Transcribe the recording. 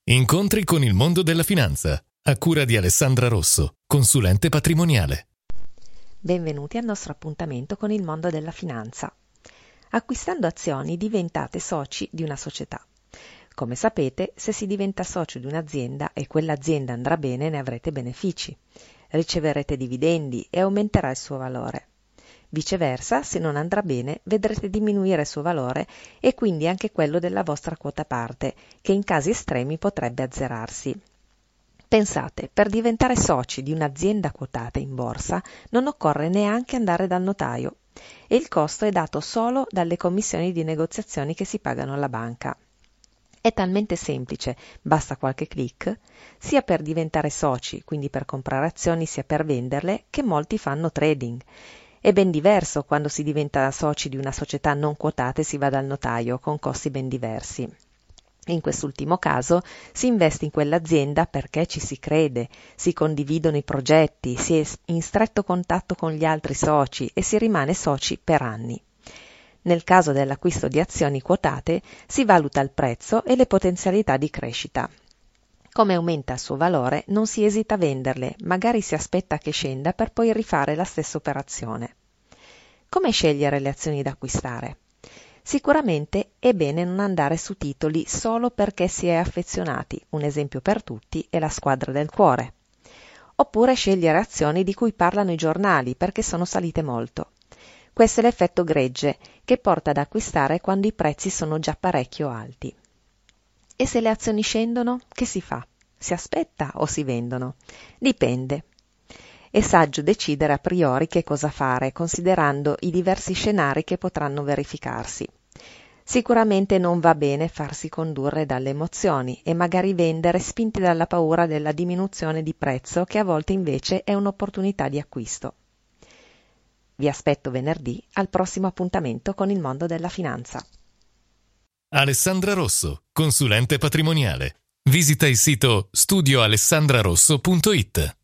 Incontri con il mondo della finanza, a cura di Alessandra Rosso, consulente patrimoniale. Benvenuti al nostro appuntamento con il mondo della finanza. Acquistando azioni diventate soci di una società. Come sapete, se si diventa socio di un'azienda e quell'azienda andrà bene, ne avrete benefici. Riceverete dividendi e aumenterà il suo valore. Viceversa, se non andrà bene, vedrete diminuire il suo valore e quindi anche quello della vostra quota parte, che in casi estremi potrebbe azzerarsi. Pensate, per diventare soci di un'azienda quotata in borsa non occorre neanche andare dal notaio e il costo è dato solo dalle commissioni di negoziazioni che si pagano alla banca. È talmente semplice, basta qualche click, sia per diventare soci, quindi per comprare azioni, sia per venderle, che molti fanno trading. È ben diverso quando si diventa soci di una società non quotata e si va dal notaio, con costi ben diversi. In quest'ultimo caso si investe in quell'azienda perché ci si crede, si condividono i progetti, si è in stretto contatto con gli altri soci e si rimane soci per anni. Nel caso dell'acquisto di azioni quotate si valuta il prezzo e le potenzialità di crescita. Come aumenta il suo valore, non si esita a venderle, magari si aspetta che scenda per poi rifare la stessa operazione. Come scegliere le azioni da acquistare? Sicuramente è bene non andare su titoli solo perché si è affezionati, un esempio per tutti è la squadra del cuore. Oppure scegliere azioni di cui parlano i giornali perché sono salite molto. Questo è l'effetto gregge, che porta ad acquistare quando i prezzi sono già parecchio alti. E se le azioni scendono, che si fa? Si aspetta o si vendono? Dipende. È saggio decidere a priori che cosa fare, considerando i diversi scenari che potranno verificarsi. Sicuramente non va bene farsi condurre dalle emozioni e magari vendere spinti dalla paura della diminuzione di prezzo, che a volte invece è un'opportunità di acquisto. Vi aspetto venerdì al prossimo appuntamento con il mondo della finanza. Alessandra Rosso, consulente patrimoniale. Visita il sito studioalessandrarosso.it.